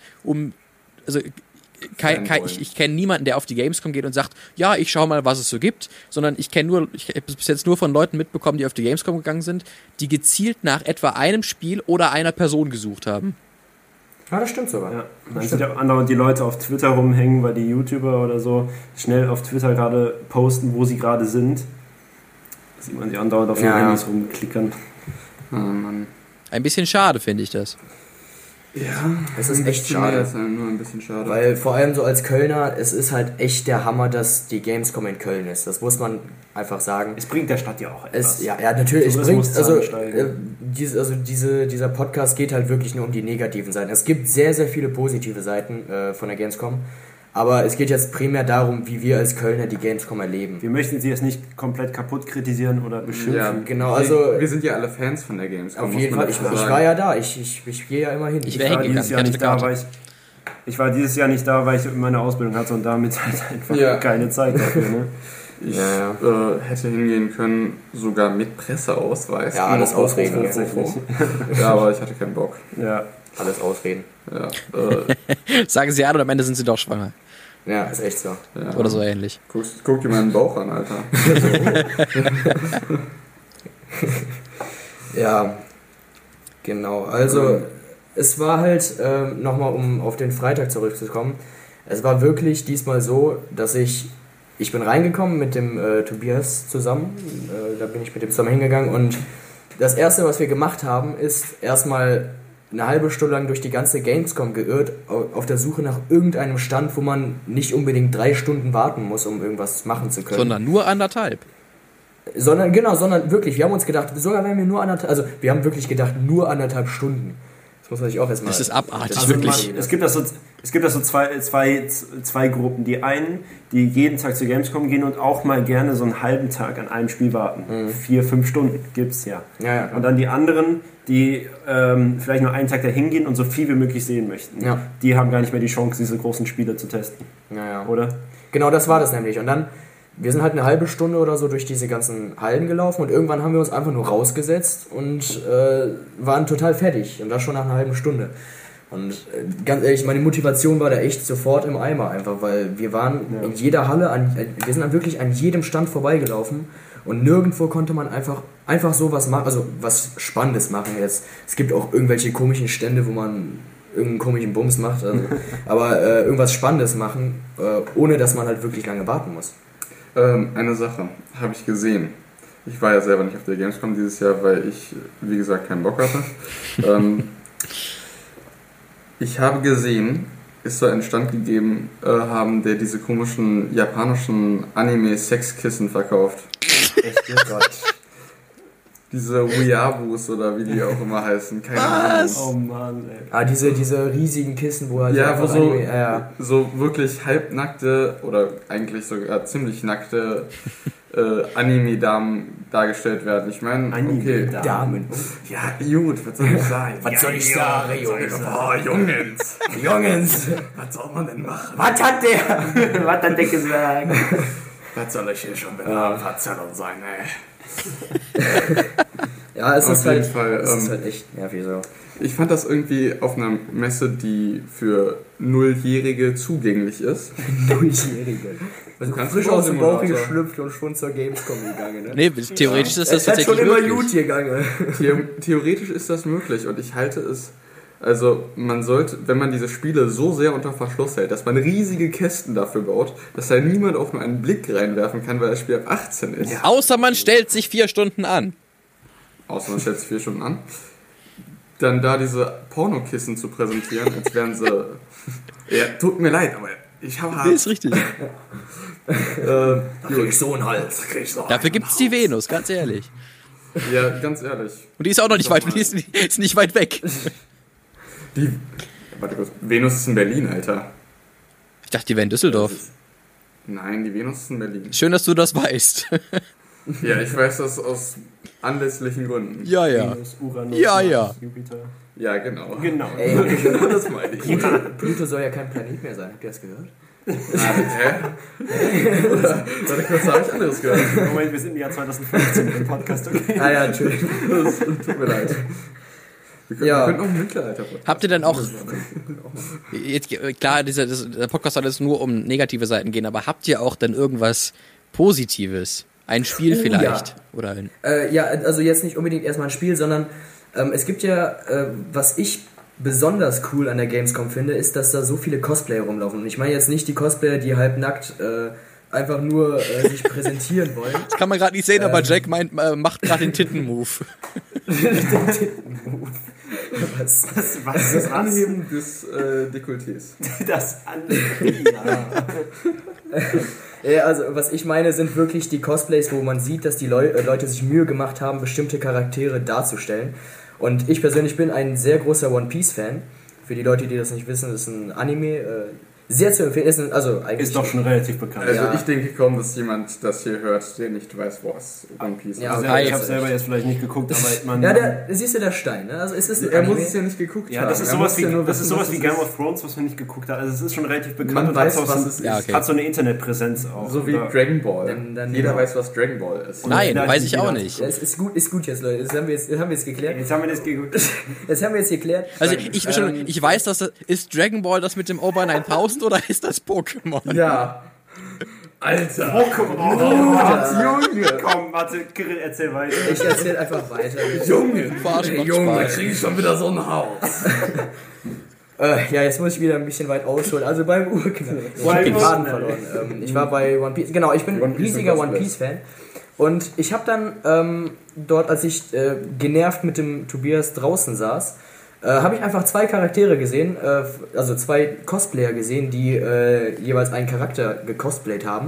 Speaker 4: ich kenne niemanden, der auf die Gamescom geht und sagt, ja, ich schau mal, was es so gibt, sondern ich habe bis jetzt nur von Leuten mitbekommen, die auf die Gamescom gegangen sind, die gezielt nach etwa einem Spiel oder einer Person gesucht haben.
Speaker 1: Ja, das stimmt sogar.
Speaker 2: Ja. Man sieht auch andauernd die Leute auf Twitter rumhängen, weil die YouTuber oder so schnell auf Twitter gerade posten, wo sie gerade sind. Da sieht man sie andauernd auf den Handys rumklickern.
Speaker 3: Oh, Mann.
Speaker 4: Ein bisschen schade, finde ich das.
Speaker 1: Ja, es ist echt schade.
Speaker 3: Das ist nur ein bisschen schade.
Speaker 1: Weil vor allem so als Kölner, es ist halt echt der Hammer, dass die Gamescom in Köln ist. Das muss man einfach sagen.
Speaker 2: Es bringt der Stadt ja auch etwas.
Speaker 1: Ja, natürlich. Dieser Podcast geht halt wirklich nur um die negativen Seiten. Es gibt sehr, sehr viele positive Seiten von der Gamescom. Aber es geht jetzt primär darum, wie wir als Kölner die Gamescom erleben.
Speaker 2: Wir möchten sie jetzt nicht komplett kaputt kritisieren oder beschimpfen.
Speaker 3: Ja,
Speaker 1: genau. Also
Speaker 3: wir sind ja alle Fans von der Gamescom.
Speaker 1: Auf jeden Fall. Ich war ja da. Ich gehe ja immer hin.
Speaker 2: Ich war dieses Jahr nicht da, weil ich meine Ausbildung hatte und damit halt einfach keine Zeit dafür. Ne?
Speaker 3: Ich hätte hingehen können, sogar mit Presseausweis.
Speaker 1: Ja, alles Ausreden.
Speaker 3: Ja, aber ich hatte keinen Bock.
Speaker 2: Ja.
Speaker 1: Alles Ausreden.
Speaker 3: Ja,
Speaker 4: sagen sie ja und am Ende sind sie doch schwanger.
Speaker 1: Ja, ist echt so.
Speaker 3: Ja.
Speaker 4: Oder so ähnlich.
Speaker 3: Guck dir meinen Bauch an, Alter.
Speaker 1: Ja, genau. Also, es war halt, nochmal um auf den Freitag zurückzukommen, es war wirklich diesmal so, dass ich bin reingekommen mit dem Tobias zusammen, da bin ich mit dem zusammen hingegangen und das erste, was wir gemacht haben, ist erstmal eine halbe Stunde lang durch die ganze Gamescom geirrt, auf der Suche nach irgendeinem Stand, wo man nicht unbedingt 3 Stunden warten muss, um irgendwas machen zu können.
Speaker 4: Sondern nur 1,5.
Speaker 1: Sondern wirklich, wir haben uns gedacht, sogar wenn wir nur wir haben wirklich gedacht, nur 1,5 Stunden. Das muss man sich auch erstmal...
Speaker 4: Das ist abartig,
Speaker 2: Also
Speaker 4: wirklich.
Speaker 2: es gibt da so zwei Gruppen. Die einen, die jeden Tag zu Gamescom gehen und auch mal gerne so einen halben Tag an einem Spiel warten. 4-5 Stunden gibt's ja.
Speaker 1: Ja.
Speaker 2: Und dann die anderen, die vielleicht nur einen Tag dahin gehen und so viel wie möglich sehen möchten.
Speaker 1: Ja.
Speaker 2: Die haben gar nicht mehr die Chance, diese großen Spiele zu testen.
Speaker 1: Ja.
Speaker 2: Oder?
Speaker 1: Genau, das war das nämlich. Und dann, wir sind halt eine halbe Stunde oder so durch diese ganzen Hallen gelaufen und irgendwann haben wir uns einfach nur rausgesetzt und waren total fertig. Und das schon nach einer halben Stunde. Und ganz ehrlich, meine Motivation war da echt sofort im Eimer einfach, weil wir waren in jeder Halle, wir sind dann wirklich an jedem Stand vorbeigelaufen und nirgendwo konnte man einfach so was machen, also was Spannendes machen jetzt. Es gibt auch irgendwelche komischen Stände, wo man irgendeinen komischen Bums macht, also, aber irgendwas Spannendes machen, ohne dass man halt wirklich lange warten muss.
Speaker 3: Eine Sache habe ich gesehen. Ich war ja selber nicht auf der Gamescom dieses Jahr, weil ich, wie gesagt, keinen Bock hatte. Ich habe gesehen, es soll einen Stand gegeben haben, der diese komischen japanischen Anime-Sexkissen verkauft.
Speaker 1: Echt, oh Gott.
Speaker 3: Diese Weeaboos oder wie die auch immer heißen, keine Ahnung.
Speaker 2: Oh Mann, ey.
Speaker 1: Ah, diese riesigen Kissen, wo halt
Speaker 3: Ja, wo
Speaker 1: einfach
Speaker 3: so, so wirklich halbnackte oder eigentlich sogar ziemlich nackte Anime-Damen dargestellt werden. Ich meine, okay.
Speaker 1: Damen.
Speaker 3: Ja, gut, was soll ich sagen?
Speaker 1: Was soll ich sagen, Jungs?
Speaker 3: Oh, Jungens.
Speaker 1: Jungs,
Speaker 3: Was soll man denn machen?
Speaker 1: was hat der?
Speaker 2: Was hat der gesagt?
Speaker 3: Was soll ich hier schon mit einer Verzerrung sein, ey?
Speaker 1: Ja, es
Speaker 3: Auf
Speaker 1: ist
Speaker 3: jeden
Speaker 1: halt,
Speaker 3: Fall,
Speaker 1: es ist halt echt nervig so.
Speaker 3: Ich fand das irgendwie auf einer Messe, die für Nulljährige zugänglich ist.
Speaker 1: Nulljährige. Also
Speaker 3: kannst
Speaker 1: frisch
Speaker 3: du
Speaker 1: aus dem Bauch
Speaker 3: Simulator.
Speaker 1: geschlüpft und schon zur Gamescom gegangen, ne?
Speaker 4: Nee, theoretisch ist das
Speaker 1: Es hat
Speaker 4: tatsächlich
Speaker 1: schon immer
Speaker 4: möglich.
Speaker 1: gut gegangen.
Speaker 3: Theoretisch ist das möglich und ich halte es, also man sollte, wenn man diese Spiele so sehr unter Verschluss hält, dass man riesige Kästen dafür baut, dass da niemand auch nur einen Blick reinwerfen kann, weil das Spiel ab 18 ist.
Speaker 4: Ja. Außer man stellt sich 4 Stunden an.
Speaker 3: Außer man stellt sich 4 Stunden an. Dann da diese Pornokissen zu präsentieren, als wären sie... Ja, tut mir leid, aber ich habe...
Speaker 4: Nee, ist richtig.
Speaker 1: Da krieg ich so einen Hals.
Speaker 4: Dafür gibt's die Venus, ganz ehrlich.
Speaker 3: Ja, ganz ehrlich.
Speaker 4: Und die ist auch noch nicht weit, die ist nicht weit weg.
Speaker 3: Warte kurz. Venus ist in Berlin, Alter.
Speaker 4: Ich dachte, die wäre in Düsseldorf.
Speaker 3: Nein, die Venus ist in Berlin.
Speaker 4: Schön, dass du das weißt.
Speaker 3: Ja, ich weiß das aus anlässlichen Gründen.
Speaker 4: Ja.
Speaker 2: Venus, Uranus,
Speaker 4: Ja.
Speaker 2: Mars, Jupiter.
Speaker 3: Ja, genau.
Speaker 2: Genau.
Speaker 1: Ey,
Speaker 3: Genau das meine ich.
Speaker 1: Pluto soll ja kein Planet mehr sein. Habt ihr das gehört?
Speaker 3: Hä? Warte kurz, habe ich anderes gehört.
Speaker 2: Moment, wir sind im Jahr 2015 im Podcast, okay?
Speaker 1: Ah ja, Entschuldigung.
Speaker 3: Das tut mir leid. Wir können auch im Mittelalter-Podcast.
Speaker 4: Habt ihr denn auch... Jetzt, klar, der Podcast soll jetzt nur um negative Seiten gehen, aber habt ihr auch denn irgendwas Positives? Ein Spiel vielleicht?
Speaker 1: Ja.
Speaker 4: Oder ein...
Speaker 1: Ja, also jetzt nicht unbedingt erstmal ein Spiel, sondern es gibt ja, was ich besonders cool an der Gamescom finde, ist, dass da so viele Cosplayer rumlaufen. Und ich meine jetzt nicht die Cosplayer, die halbnackt einfach nur sich präsentieren wollen.
Speaker 4: Das kann man gerade nicht sehen, aber Jack macht gerade den Titten-Move.
Speaker 1: Was?
Speaker 2: Was
Speaker 3: Das Anheben des Dekolletés.
Speaker 2: Das ja.
Speaker 1: Ja, also was ich meine, sind wirklich die Cosplays, wo man sieht, dass die Leute sich Mühe gemacht haben, bestimmte Charaktere darzustellen. Und ich persönlich bin ein sehr großer One Piece-Fan. Für die Leute, die das nicht wissen, ist ein Anime, sehr zu empfehlen.
Speaker 2: Ist doch schon relativ bekannt.
Speaker 3: Also
Speaker 1: Ja.
Speaker 3: ich denke kaum, dass jemand das hier hört, der nicht weiß, was One Piece
Speaker 1: Ja,
Speaker 3: ist.
Speaker 2: Also,
Speaker 1: okay.
Speaker 2: ich habe selber jetzt vielleicht nicht geguckt, aber man...
Speaker 1: Ja, siehst du, der Stein, ne? Also es ist ein
Speaker 3: Er
Speaker 1: Anime.
Speaker 3: muss es ja nicht geguckt
Speaker 2: Ja,
Speaker 3: haben.
Speaker 2: das ist
Speaker 3: Er
Speaker 2: sowas
Speaker 3: muss
Speaker 2: wie,
Speaker 3: ja nur
Speaker 2: das ist
Speaker 3: wissen,
Speaker 2: sowas
Speaker 3: was
Speaker 2: wie
Speaker 3: es
Speaker 2: Game
Speaker 3: ist.
Speaker 2: of Thrones, was man nicht geguckt hat. Also es ist schon relativ bekannt
Speaker 3: Man
Speaker 2: und
Speaker 3: weiß,
Speaker 2: hat,
Speaker 3: was
Speaker 2: so,
Speaker 3: es ist.
Speaker 4: Ja, okay.
Speaker 2: hat so eine Internetpräsenz auch.
Speaker 3: So wie
Speaker 2: Oder-
Speaker 3: Dragon Ball.
Speaker 1: Dann
Speaker 3: Jeder
Speaker 1: genau.
Speaker 3: weiß, was Dragon Ball ist.
Speaker 4: Nein,
Speaker 2: Ja,
Speaker 4: weiß ich auch
Speaker 2: jeder.
Speaker 4: nicht.
Speaker 1: Ja, es ist gut jetzt, Leute. Das haben wir jetzt geklärt.
Speaker 2: Jetzt haben wir das geguckt.
Speaker 1: Das haben wir jetzt geklärt.
Speaker 4: Also ich weiß, dass ist Dragon Ball das mit dem Over 9000 oder ist das Pokémon?
Speaker 3: Ja. Alter.
Speaker 2: Pokémon. Junge. Komm, warte, Kirill, erzähl weiter.
Speaker 1: Ich erzähle einfach weiter.
Speaker 3: Junge.
Speaker 4: Spaß, macht Spaß.
Speaker 3: krieg ich schon wieder so ein Haus.
Speaker 1: Ja, jetzt muss ich wieder ein bisschen weit ausholen. Also beim Urknall. Ich hab den Faden verloren. Ich war bei One Piece. Genau, ich bin ein
Speaker 3: One Piece
Speaker 1: riesiger
Speaker 3: und
Speaker 1: One
Speaker 3: Cosplays.
Speaker 1: Piece Fan. Und ich habe dann dort, als ich genervt mit dem Tobias draußen saß, habe ich einfach 2 Charaktere gesehen, also 2 Cosplayer gesehen, die jeweils einen Charakter gecosplayt haben.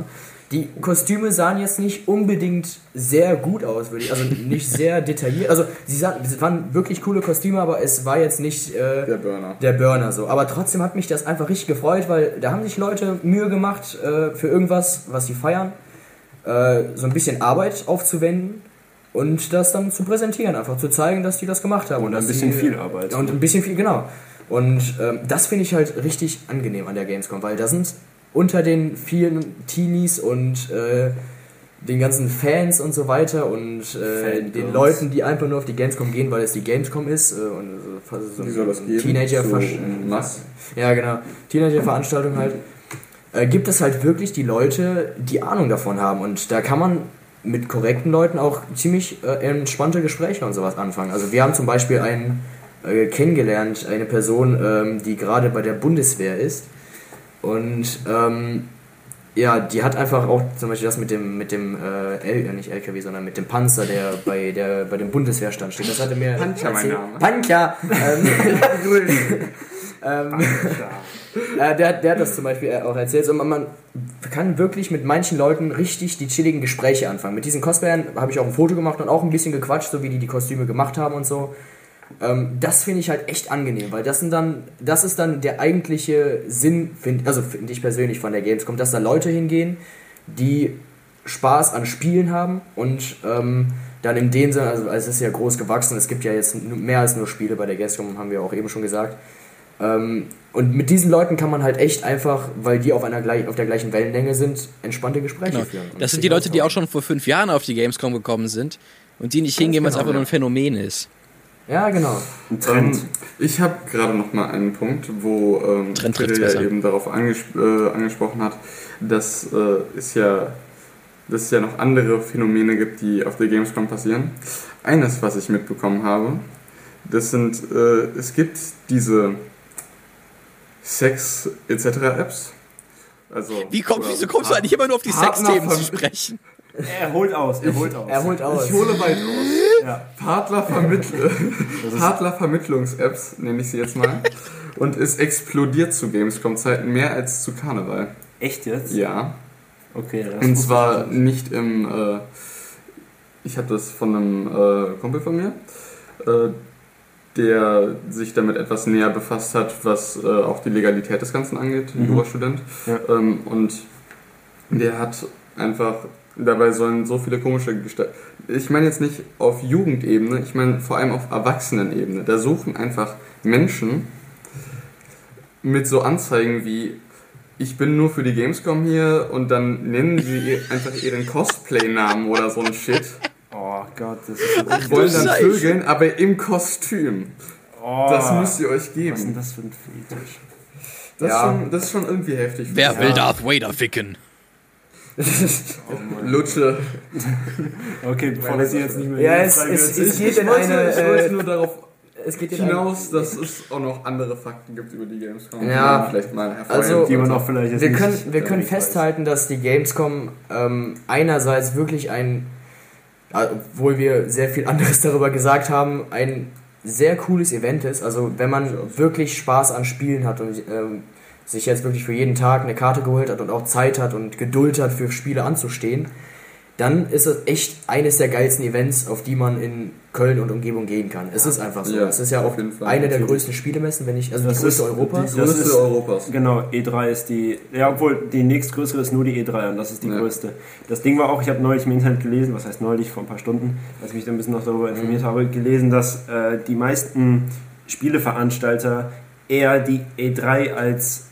Speaker 1: Die Kostüme sahen jetzt nicht unbedingt sehr gut aus, also nicht sehr detailliert. Also es waren wirklich coole Kostüme, aber es war jetzt nicht der Burner so. Aber trotzdem hat mich das einfach richtig gefreut, weil da haben sich Leute Mühe gemacht für irgendwas, was sie feiern, so ein bisschen Arbeit aufzuwenden und das dann zu präsentieren, einfach zu zeigen, dass die das gemacht haben.
Speaker 2: Und ein bisschen viel Arbeit.
Speaker 1: Und ein bisschen viel, genau. Und das finde ich halt richtig angenehm an der Gamescom, weil da sind unter den vielen Teenies und den ganzen Fans und so weiter und den Leuten, die einfach nur auf die Gamescom gehen, weil es die Gamescom ist und so eine Teenager-Veranstaltung halt, gibt es halt wirklich die Leute, die Ahnung davon haben und da kann man mit korrekten Leuten auch ziemlich entspannte Gespräche und sowas anfangen. Also wir haben zum Beispiel einen kennengelernt, eine Person, die gerade bei der Bundeswehr ist. Und ja, die hat einfach auch zum Beispiel das mit dem nicht LKW, sondern mit dem Panzer, der bei dem Bundeswehrstand steht. Das hatte mir
Speaker 3: Pancha, mein Name.
Speaker 1: Pancha! Der hat das zum Beispiel auch erzählt. Und man kann wirklich mit manchen Leuten richtig die chilligen Gespräche anfangen. Mit diesen Cosplayern habe ich auch ein Foto gemacht und auch ein bisschen gequatscht, so wie die Kostüme gemacht haben und so. Das finde ich halt echt angenehm, weil das ist dann der eigentliche Sinn, finde ich persönlich von der Gamescom, dass da Leute hingehen, die Spaß an Spielen haben und dann in dem Sinne, also es ist ja groß gewachsen, es gibt ja jetzt mehr als nur Spiele bei der Gamescom, haben wir auch eben schon gesagt. Und mit diesen Leuten kann man halt echt einfach, weil die auf der gleichen Wellenlänge sind, entspannte Gespräche führen.
Speaker 4: Das sind die Leute, die auch schon vor 5 Jahren auf die Gamescom gekommen sind und die nicht hingehen, weil es einfach nur ein Phänomen ist.
Speaker 1: Ja, genau.
Speaker 3: Ich habe gerade noch mal einen Punkt, wo Phil ja eben darauf angesprochen hat, dass es ja noch andere Phänomene gibt, die auf der Gamescom passieren. Eines, was ich mitbekommen habe, das sind, es gibt diese Sex etc. Apps. Also,
Speaker 4: wieso kommst du eigentlich immer nur auf die Sexthemen zu sprechen?
Speaker 2: Er holt aus.
Speaker 3: Ich hole weit aus. Ja. Partlervermittlungs-Apps, nenne ich sie jetzt mal. Und es explodiert zu Gamescom-Zeiten mehr als zu Karneval.
Speaker 2: Echt jetzt?
Speaker 3: Ja.
Speaker 2: Okay.
Speaker 3: Und zwar nicht im... ich habe das von einem Kumpel von mir, der sich damit etwas näher befasst hat, was auch die Legalität des Ganzen angeht, ein Jurastudent. Ja. Und der hat einfach... Dabei sollen so viele komische ich meine jetzt nicht auf Jugendebene, ich meine vor allem auf Erwachsenenebene. Da suchen einfach Menschen mit so Anzeigen wie ich bin nur für die Gamescom hier und dann nennen sie einfach ihren Cosplay-Namen oder so ein Shit.
Speaker 2: Oh Gott, das ist...
Speaker 3: Die wollen dann vögeln, aber im Kostüm.
Speaker 2: Oh,
Speaker 3: das müsst ihr euch geben.
Speaker 2: Was ist denn das für ein Fetisch?
Speaker 3: Das ist schon irgendwie heftig.
Speaker 4: Wer will Darth Vader ficken?
Speaker 3: Lutsche.
Speaker 2: Okay, bevor wir sie jetzt nicht mehr...
Speaker 1: Ja, es geht in eine...
Speaker 3: Ich wollte nur darauf hinaus, dass es auch noch andere Fakten gibt über die Gamescom.
Speaker 1: Ja,
Speaker 3: vielleicht mal
Speaker 1: also
Speaker 2: die man auch vielleicht jetzt
Speaker 1: wir können festhalten, dass die Gamescom einerseits wirklich obwohl wir sehr viel anderes darüber gesagt haben, ein sehr cooles Event ist. Also wenn man wirklich Spaß an Spielen hat und sich jetzt wirklich für jeden Tag eine Karte geholt hat und auch Zeit hat und Geduld hat, für Spiele anzustehen, dann ist es echt eines der geilsten Events, auf die man in Köln und Umgebung gehen kann. Es ist einfach so. Es ist ja auch eine der größten Spielemessen, die größte Europas.
Speaker 3: Die größte Europas.
Speaker 2: Genau, E3 ist die, ja, obwohl die nächstgrößere ist nur die E3 und das ist die größte. Das Ding war auch, ich habe neulich im Internet gelesen, was heißt neulich, vor ein paar Stunden, als ich mich da ein bisschen noch darüber informiert habe, gelesen, dass die meisten Spieleveranstalter eher die E3 als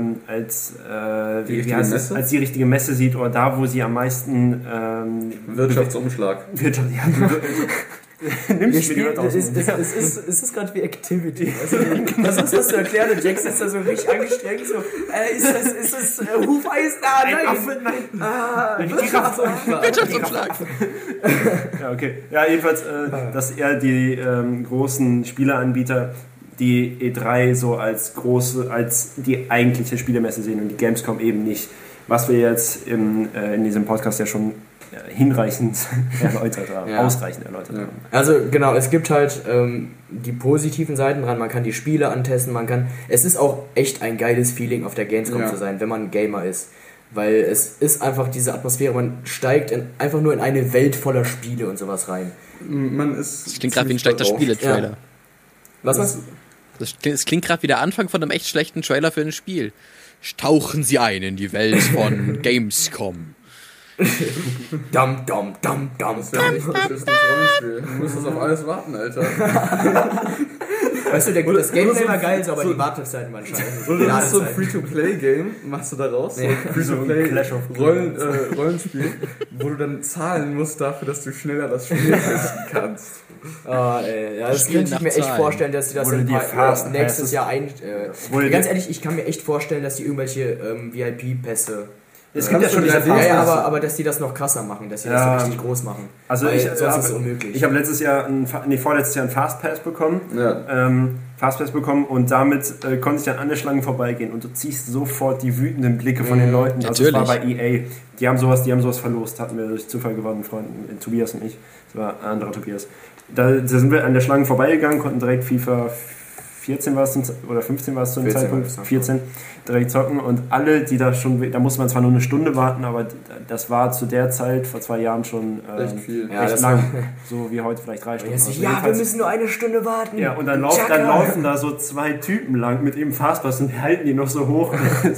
Speaker 2: die richtige Messe sieht oder da, wo sie am meisten
Speaker 3: Wirtschaftsumschlag.
Speaker 1: Es ist gerade wie Activity. Also, das ist was zu erklären und Jax ist da so richtig angestrengt. So, ist das Hufeisen? Nein.
Speaker 4: Wirtschaftsumschlag.
Speaker 2: Ja, okay. Ja, jedenfalls, dass eher die großen Spieleanbieter die E3 so als die eigentliche Spielemesse sehen und die Gamescom eben nicht. Was wir jetzt in diesem Podcast ja schon hinreichend erläutert haben, ausreichend erläutert haben.
Speaker 1: Also genau, es gibt halt die positiven Seiten dran, man kann die Spiele antesten, es ist auch echt ein geiles Feeling auf der Gamescom zu sein, wenn man ein Gamer ist. Weil es ist einfach diese Atmosphäre, man steigt einfach nur in eine Welt voller Spiele und sowas rein.
Speaker 4: Das klingt gerade wie ein schlechter Spieletrailer.
Speaker 1: Ja. Was?
Speaker 4: Das klingt gerade wie der Anfang von einem echt schlechten Trailer für ein Spiel. Tauchen Sie ein in die Welt von Gamescom.
Speaker 1: Dum, dum, dum, dum,
Speaker 3: Das wäre echt beschissenes Rollenspiel. Du musstest auf alles warten, Alter.
Speaker 1: Weißt du, das Gameplay war geil, aber die Wartezeiten waren scheiße.
Speaker 3: Du hast so ein Free-to-Play-Game, machst du daraus, so ein Free-to-Play-Rollenspiel, wo du dann zahlen musst dafür, dass du schneller das Spiel testen kannst.
Speaker 1: Das könnte ich mir echt vorstellen, dass die das nächstes Jahr ganz ehrlich, ich kann mir echt vorstellen, dass die irgendwelche VIP-Pässe.
Speaker 2: Es gibt ja schon diese
Speaker 1: aber dass die das noch krasser machen, dass sie das so richtig groß machen.
Speaker 2: Also
Speaker 1: sonst ist es unmöglich.
Speaker 2: Ich habe vorletztes Jahr einen Fastpass bekommen. Ja. Fastpass bekommen und damit konnte ich dann an der Schlange vorbeigehen und du ziehst sofort die wütenden Blicke von den Leuten. Also das war bei EA. Die haben sowas verlost, hatten wir durch Zufall gewonnen, Freunden, Tobias und ich. Das war ein anderer Tobias. Da sind wir an der Schlange vorbeigegangen, konnten direkt FIFA 14 war es oder 15 war es zu dem Zeitpunkt, 14 direkt zocken und alle, die da musste man zwar nur eine Stunde warten, aber das war zu der Zeit, vor 2 Jahren schon
Speaker 3: echt viel.
Speaker 2: Echt lang, so wie heute vielleicht 3 Stunden.
Speaker 1: Wir müssen nur eine Stunde warten.
Speaker 2: Ja, und dann laufen da so 2 Typen lang mit eben Fastpass und halten die noch so hoch.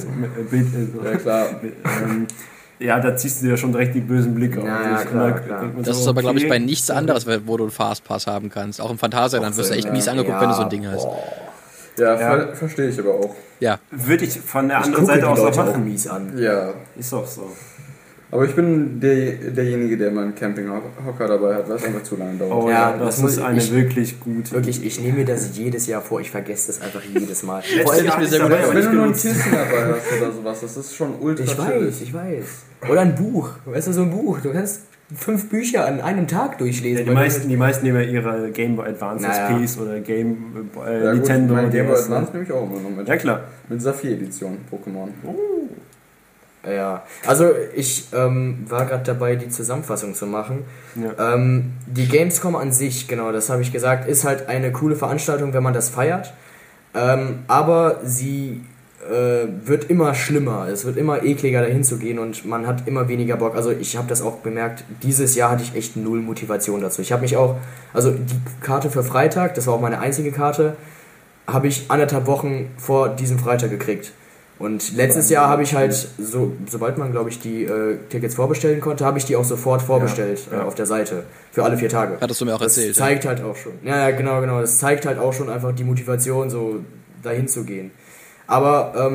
Speaker 3: Ja, klar.
Speaker 2: Ja, da ziehst du dir schon direkt die bösen Blicke auf.
Speaker 1: Klar.
Speaker 4: Das ist aber, glaube ich, bei nichts anderes, wo du einen Fastpass haben kannst. Auch im Phantasialand wirst du echt mies angeguckt, wenn du so ein Ding hast.
Speaker 3: Ja, verstehe ich aber auch.
Speaker 4: Ja.
Speaker 2: Würde ich von der anderen Seite aus auch machen.
Speaker 1: Mies an.
Speaker 3: Ja.
Speaker 2: Ist auch so.
Speaker 3: Aber ich bin derjenige, der mal einen Campinghocker dabei hat, weil es einfach zu lange dauert.
Speaker 2: Oh ja, das ist wirklich gut.
Speaker 1: Wirklich, ich nehme mir das jedes Jahr vor, ich vergesse das einfach jedes Mal.
Speaker 3: Wenn du nur ein Kissen dabei hast oder sowas, das ist schon ultra
Speaker 1: Ich weiß. Oder ein Buch, weißt du, so ein Buch. Du kannst 5 Bücher an einem Tag durchlesen.
Speaker 2: Ja, die meisten nehmen ja ihre Game Boy Advance SPs oder Nintendo.
Speaker 3: Meine Game Boy Advance nehme ich auch immer noch mit.
Speaker 2: Ja, klar.
Speaker 3: Mit Saphir-Edition Pokémon.
Speaker 1: Ja, also ich war gerade dabei, die Zusammenfassung zu machen. Ja. Die Gamescom an sich, genau, das habe ich gesagt, ist halt eine coole Veranstaltung, wenn man das feiert. Aber sie wird immer schlimmer, es wird immer ekliger dahin zu gehen und man hat immer weniger Bock. Also ich habe das auch bemerkt, dieses Jahr hatte ich echt 0 Motivation dazu. Ich habe mich auch, also die Karte für Freitag, das war auch meine einzige Karte, habe ich 1,5 Wochen vor diesem Freitag gekriegt. Und letztes Jahr habe ich halt, sobald man, glaube ich, die Tickets vorbestellen konnte, habe ich die auch sofort vorbestellt auf der Seite. Für alle 4 Tage.
Speaker 4: Hattest du mir auch erzählt.
Speaker 1: Das zeigt halt auch schon. Ja, genau. Das zeigt halt auch schon einfach die Motivation, so dahin zu gehen. Aber,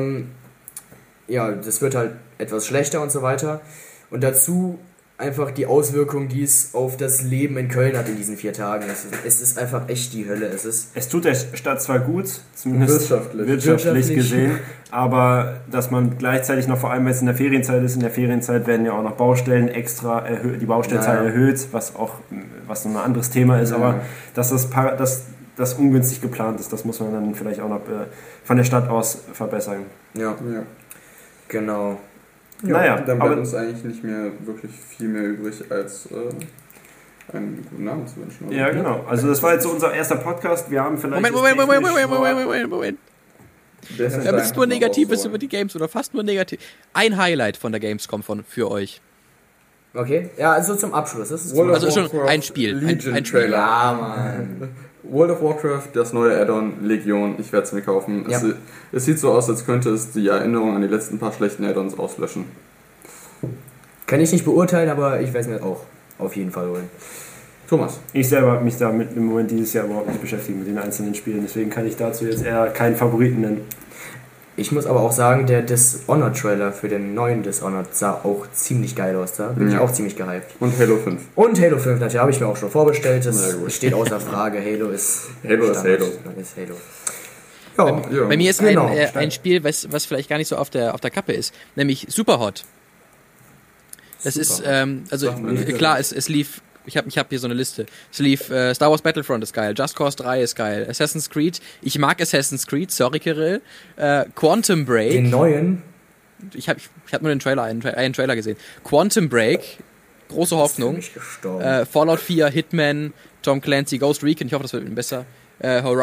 Speaker 1: das wird halt etwas schlechter und so weiter. Und dazu einfach die Auswirkungen, die es auf das Leben in Köln hat in diesen 4 Tagen. Es ist einfach echt die Hölle. Es
Speaker 2: tut der Stadt zwar gut, zumindest wirtschaftlich gesehen, aber dass man gleichzeitig noch, vor allem wenn es in der Ferienzeit ist, in der Ferienzeit werden ja auch noch Baustellen extra erhöht, die Baustellzahl erhöht, was so ein anderes Thema ist, aber dass das ungünstig geplant ist, das muss man dann vielleicht auch noch von der Stadt aus verbessern.
Speaker 1: Ja. Genau.
Speaker 3: Ja, dann bleibt uns eigentlich nicht mehr wirklich viel mehr übrig, als einen guten Namen zu wünschen. Oder?
Speaker 2: Ja, genau. Also das war jetzt so unser erster Podcast. Wir haben vielleicht...
Speaker 4: Moment. Wir haben jetzt nur Negatives über die Games oder fast nur negativ. Ein Highlight von der Gamescom für euch.
Speaker 1: Okay, ja, also zum Abschluss. Das ist
Speaker 4: also schon ein Spiel. Ein Trailer.
Speaker 1: Ja, Mann.
Speaker 3: World of Warcraft, das neue Add-on Legion, ich werde es mir kaufen. Ja. Es sieht so aus, als könnte es die Erinnerung an die letzten paar schlechten Add-ons auslöschen.
Speaker 1: Kann ich nicht beurteilen, aber ich werde es mir auch auf jeden Fall holen.
Speaker 3: Thomas?
Speaker 2: Ich selber habe mich damit im Moment dieses Jahr überhaupt nicht beschäftigt mit den einzelnen Spielen, deswegen kann ich dazu jetzt eher keinen Favoriten nennen.
Speaker 1: Ich muss aber auch sagen, der Dishonored-Trailer für den neuen Dishonored sah auch ziemlich geil aus. Da bin ich auch ziemlich gehyped.
Speaker 3: Und Halo 5.
Speaker 1: Und Halo 5, natürlich habe ich mir auch schon vorbestellt. Das steht außer Frage. Halo ist Halo.
Speaker 4: Ja. Bei mir ist ein Spiel, was vielleicht gar nicht so auf der Kappe ist, nämlich Superhot. Das ist, klar, es lief... Ich hab hier so eine Liste. Es lief Star Wars Battlefront ist geil, Just Cause 3 ist geil, Assassin's Creed, ich mag Assassin's Creed, sorry Kirill, Quantum Break.
Speaker 1: Den neuen?
Speaker 4: Ich hab nur den Trailer, einen Trailer gesehen. Quantum Break, große Hoffnung. Fallout 4, Hitman, Tom Clancy, Ghost Recon, ich hoffe, das wird besser.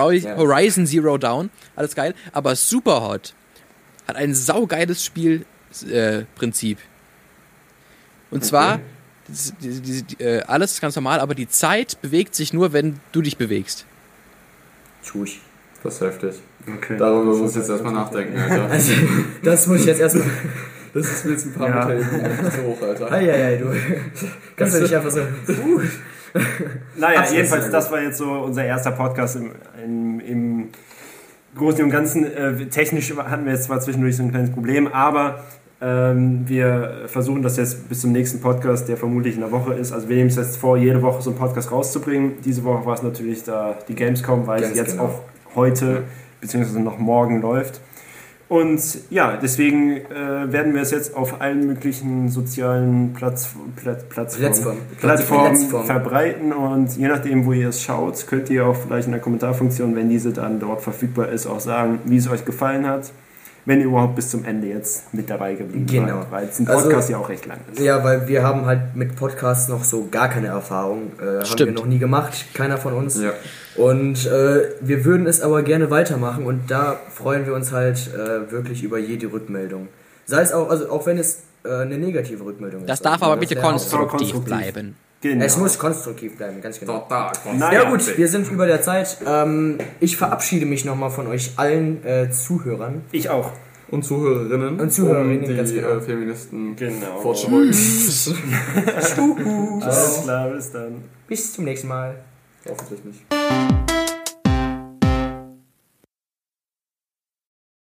Speaker 4: Horizon Zero Dawn, alles geil. Aber Superhot hat ein saugeiles Spiel Prinzip. Und zwar, alles ist ganz normal, aber die Zeit bewegt sich nur, wenn du dich bewegst.
Speaker 1: Tschusch.
Speaker 3: Das ist heftig.
Speaker 2: Okay.
Speaker 3: Darüber muss ich jetzt erstmal nachdenken, Alter.
Speaker 1: Also, das muss ich jetzt erstmal.
Speaker 3: Das ist mir jetzt ein paar Meter zu hoch, Alter.
Speaker 1: Eieiei, du. Kannst du nicht einfach so.
Speaker 2: Naja,
Speaker 1: Absolut.
Speaker 2: jedenfalls, das war jetzt so unser erster Podcast im Großen und Ganzen. Technisch hatten wir jetzt zwar zwischendurch so ein kleines Problem, aber wir versuchen das jetzt bis zum nächsten Podcast, der vermutlich in der Woche ist. Also wir nehmen es jetzt vor, jede Woche so einen Podcast rauszubringen. Diese Woche war es natürlich da die Gamescom, weil es jetzt auch heute bzw. noch morgen läuft. Und ja, deswegen werden wir es jetzt auf allen möglichen sozialen Plattformen verbreiten und je nachdem, wo ihr es schaut, könnt ihr auch vielleicht in der Kommentarfunktion, wenn diese dann dort verfügbar ist, auch sagen, wie es euch gefallen hat, wenn ihr überhaupt bis zum Ende jetzt mit dabei geblieben seid, weil es ein Podcast ja auch recht lang ist.
Speaker 1: Ja, weil wir haben halt mit Podcasts noch so gar keine Erfahrung, haben wir noch nie gemacht, keiner von uns. Ja. Und wir würden es aber gerne weitermachen und da freuen wir uns halt wirklich über jede Rückmeldung. Sei es auch, also auch wenn es eine negative Rückmeldung ist.
Speaker 4: Das darf aber bitte konstruktiv bleiben.
Speaker 1: Genau. Es muss konstruktiv bleiben, ganz genau.
Speaker 3: Total.
Speaker 1: Ja gut, wir sind über der Zeit. Ich verabschiede mich nochmal von euch allen Zuhörern.
Speaker 2: Ich auch.
Speaker 3: Und Zuhörerinnen.
Speaker 1: Und Zuhörerinnen,
Speaker 3: die
Speaker 1: ganz genau.
Speaker 3: Feministen
Speaker 2: Genau.
Speaker 1: Alles
Speaker 2: klar, bis dann.
Speaker 1: Bis zum nächsten Mal.
Speaker 3: Hoffentlich nicht.